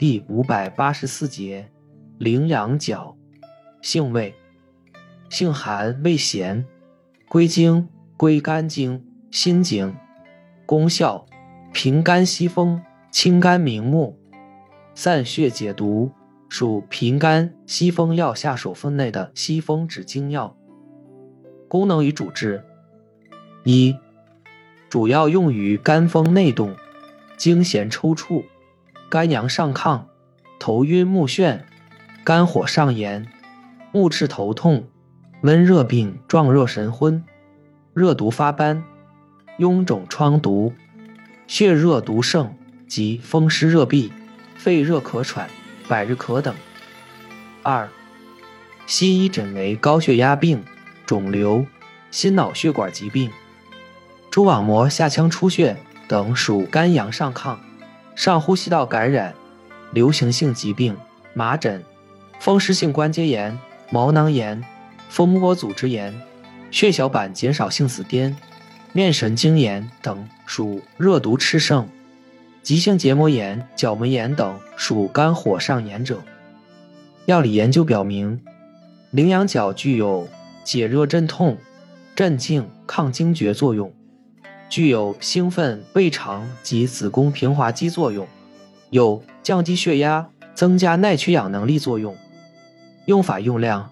第584节，羚羊角。性味：性寒，味咸，归经：归肝经、心经。功效：平肝息风，清肝明目，散血解毒，属平肝息风药下手分类的息风止经药。功能与主治：一、主要用于肝风内动、经弦抽搐、肝阳上亢、头晕目眩、肝火上炎、目赤头痛、温热病状热神昏、热毒发斑、臃肿疮毒、血热毒盛及风湿热痹、肺热咳喘、百日咳等。二、西医诊为高血压病、肿瘤、心脑血管疾病、蛛网膜下腔出血等属肝阳上亢、上呼吸道感染、流行性疾病、麻疹、风湿性关节炎、毛囊炎、蜂窝组织炎、血小板减少性紫癜、面神经炎等属热毒炽盛，急性结膜炎、角膜炎等属肝火上炎者。药理研究表明，羚羊角具有解热镇痛、镇静抗惊厥作用，具有兴奋胃肠及子宫平滑肌作用，有降低血压、增加耐缺氧能力作用。用法用量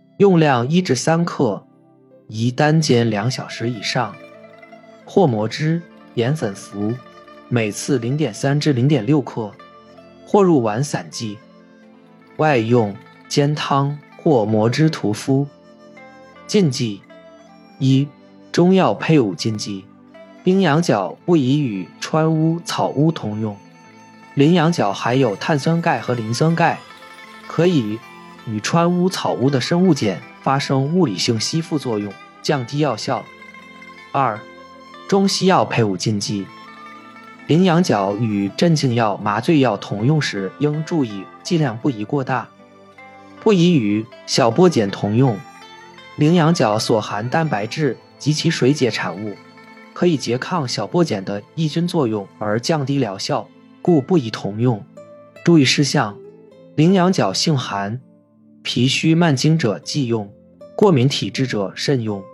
1至3克，宜单煎2小时以上，或磨汁研粉服，每次0.3至0.6克，或入丸散剂。外用煎汤或磨汁涂敷。禁忌：一、中药配伍禁忌。羚羊角不宜与川乌、草乌同用。羚羊角含有碳酸钙和磷酸钙，可以与川乌、草乌的生物碱发生物理性吸附作用，降低药效。二、中西药配伍禁忌。羚羊角与镇静药、麻醉药同用时，应注意剂量不宜过大，不宜与小波碱同用。羚羊角所含蛋白质及其水解产物可以拮抗小波碱的抑菌作用而降低疗效，故不宜同用。注意事项：羚羊角性寒，脾虚慢经者忌用，过敏体质者慎用。